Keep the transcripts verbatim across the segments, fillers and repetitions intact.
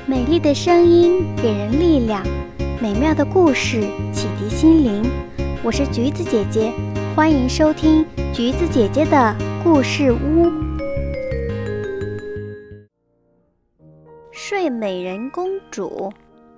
美丽的声音给人力量，美妙的故事启迪心灵。我是橘子姐姐，欢迎收听橘子姐姐的故事屋。睡美人公主。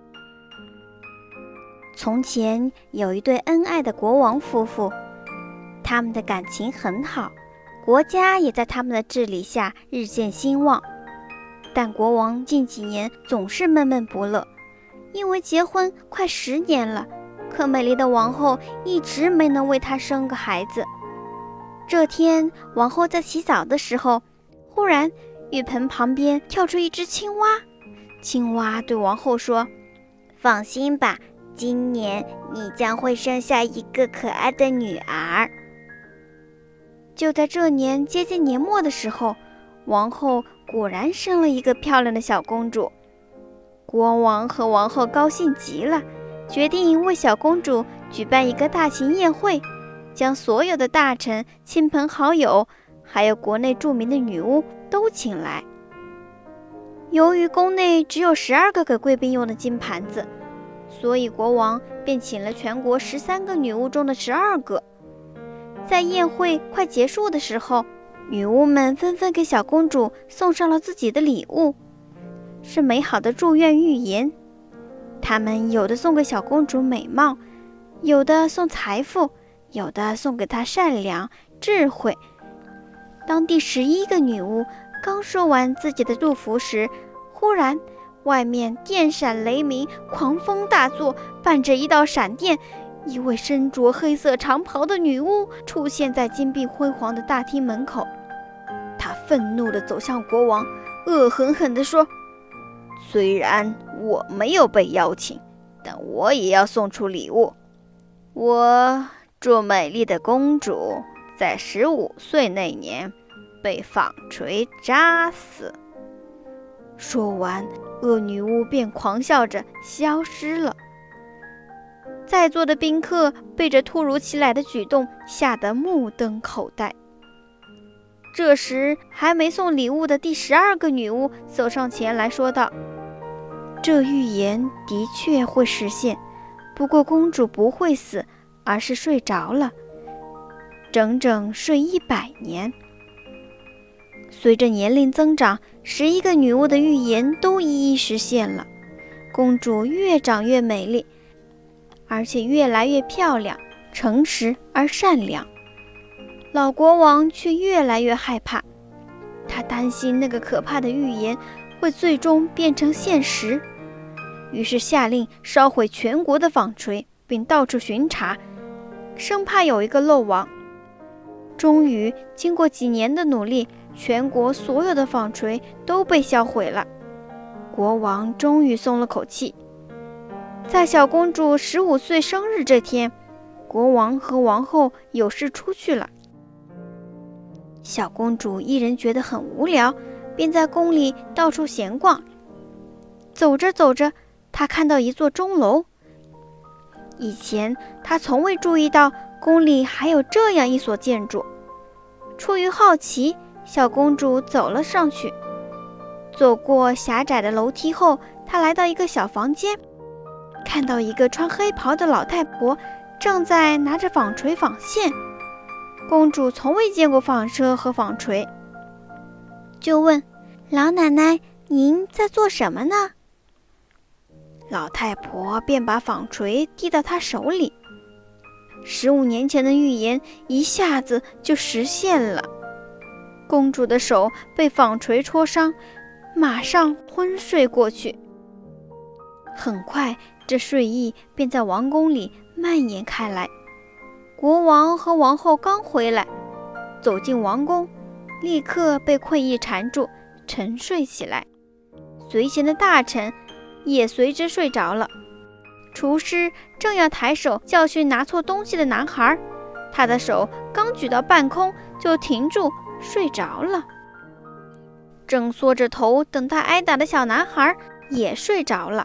从前有一对恩爱的国王夫妇，他们的感情很好，国家也在他们的治理下日渐兴旺。但国王近几年总是闷闷不乐，因为结婚快十年了，可美丽的王后一直没能为他生个孩子。这天，王后在洗澡的时候，忽然浴盆旁边跳出一只青蛙。青蛙对王后说：“放心吧，今年你将会生下一个可爱的女儿。”就在这年接近年末的时候，王后果然生了一个漂亮的小公主。国王和王后高兴极了，决定为小公主举办一个大型宴会，将所有的大臣、亲朋好友，还有国内著名的女巫都请来。由于宫内只有十二个给贵宾用的金盘子，所以国王便请了全国十三个女巫中的十二个。在宴会快结束的时候，女巫们纷纷给小公主送上了自己的礼物，是美好的祝愿预言。她们有的送给小公主美貌，有的送财富，有的送给她善良、智慧。当第十一个女巫刚说完自己的祝福时，忽然外面电闪雷鸣，狂风大作，伴着一道闪电，一位身着黑色长袍的女巫出现在金碧辉煌的大厅门口。她愤怒地走向国王，恶狠狠地说：“虽然我没有被邀请，但我也要送出礼物。我祝美丽的公主在十五岁那年被纺锤扎死。”说完，恶女巫便狂笑着消失了。在座的宾客被这突如其来的举动吓得目瞪口呆。这时，还没送礼物的第十二个女巫走上前来说道：“这预言的确会实现，不过公主不会死，而是睡着了，整整睡一百年。”随着年龄增长，十一个女巫的预言都一一实现了。公主越长越美丽，而且越来越漂亮、诚实而善良。老国王却越来越害怕，他担心那个可怕的预言会最终变成现实，于是下令烧毁全国的纺锤，并到处巡查，生怕有一个漏网。终于，经过几年的努力，全国所有的纺锤都被销毁了。国王终于松了口气。在小公主十五岁生日这天，国王和王后有事出去了。小公主一人觉得很无聊，便在宫里到处闲逛。走着走着，她看到一座钟楼。以前她从未注意到宫里还有这样一所建筑。出于好奇，小公主走了上去。走过狭窄的楼梯后，她来到一个小房间，看到一个穿黑袍的老太婆正在拿着纺锤纺线。公主从未见过纺车和纺锤，就问：“老奶奶，您在做什么呢？”老太婆便把纺锤递到她手里。十五年前的预言一下子就实现了。公主的手被纺锤戳伤，马上昏睡过去。很快，这睡意便在王宫里蔓延开来。国王和王后刚回来，走进王宫，立刻被困意缠住，沉睡起来。随行的大臣也随之睡着了。厨师正要抬手教训拿错东西的男孩，他的手刚举到半空就停住，睡着了。正缩着头等他挨打的小男孩也睡着了。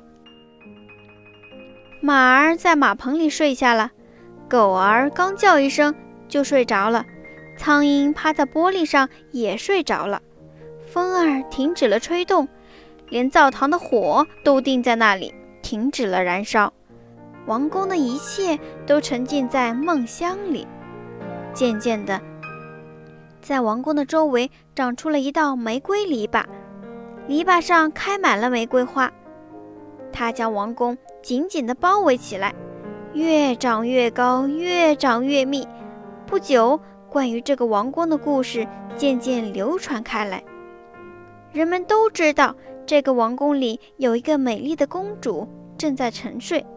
马儿在马棚里睡下了，狗儿刚叫一声就睡着了，苍蝇趴在玻璃上也睡着了，风儿停止了吹动， 连灶堂的火都定在那里，停止了燃烧。王宫的一切都沉浸在梦乡里。渐渐的，在王宫的周围长出了一道玫瑰篱笆，篱笆上开满了玫瑰花。它将王宫紧紧地包围起来，越长越高，越长越密。不久，关于这个王宫的故事渐渐流传开来。人们都知道，这个王宫里有一个美丽的公主正在沉睡。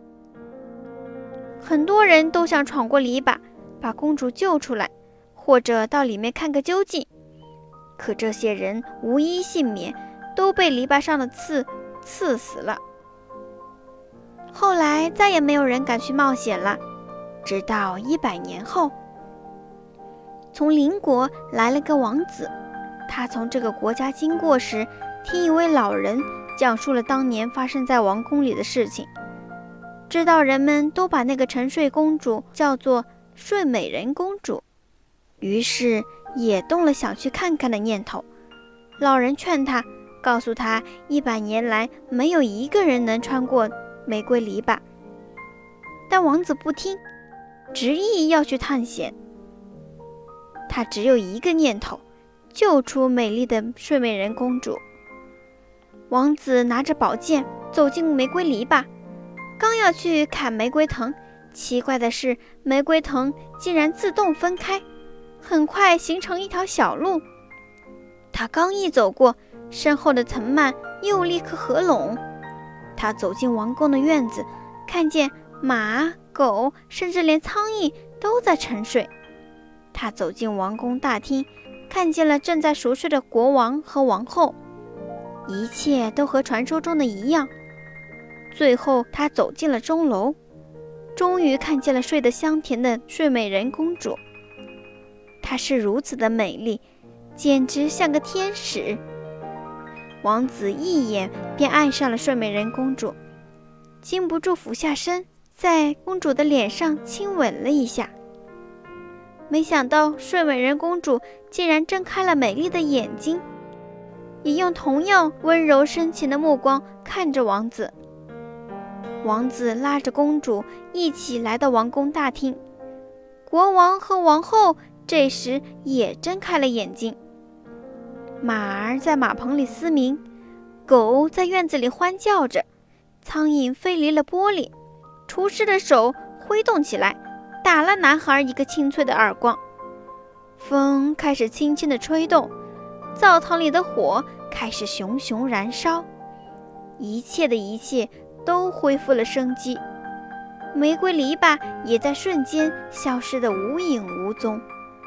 很多人都想闯过篱笆，把公主救出来，或者到里面看个究竟。可这些人无一幸免，都被篱笆上的刺刺死了。后来再也没有人敢去冒险了，直到一百年后，从邻国来了个王子。他从这个国家经过时，听一位老人讲述了当年发生在王宫里的事情。知道人们都把那个沉睡公主叫做睡美人公主，于是也动了想去看看的念头。老人劝他，告诉他一百年来没有一个人能穿过玫瑰篱笆。但王子不听，执意要去探险。他只有一个念头，救出美丽的睡美人公主。王子拿着宝剑走进玫瑰篱笆，刚要去砍玫瑰藤，奇怪的是，玫瑰藤竟然自动分开，很快形成一条小路。他刚一走过，身后的藤蔓又立刻合拢。他走进王宫的院子，看见马、狗，甚至连苍蝇都在沉睡。他走进王宫大厅，看见了正在熟睡的国王和王后，一切都和传说中的一样。最后他走进了钟楼，终于看见了睡得香甜的睡美人公主。她是如此的美丽，简直像个天使。王子一眼便爱上了睡美人公主，禁不住俯下身，在公主的脸上亲吻了一下。没想到睡美人公主竟然睁开了美丽的眼睛，也用同样温柔深情的目光看着王子。王子拉着公主一起来到王宫大厅，国王和王后这时也睁开了眼睛。马儿在马棚里嘶鸣，狗在院子里欢叫着，苍蝇飞离了玻璃，厨师的手挥动起来，打了男孩一个清脆的耳光。风开始轻轻地吹动，灶堂里的火开始熊熊燃烧，一切的一切都恢复了生机，玫瑰篱笆也在瞬间消失得无影无踪。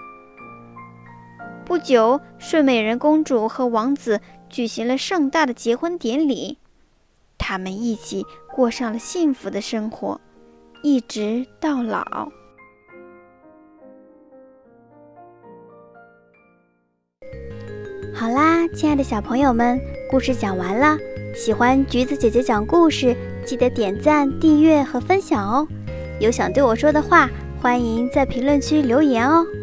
不久，睡美人公主和王子举行了盛大的结婚典礼，他们一起过上了幸福的生活，一直到老。好啦，亲爱的小朋友们，故事讲完了。喜欢橘子姐姐讲故事，记得点赞、订阅和分享哦。有想对我说的话，欢迎在评论区留言哦。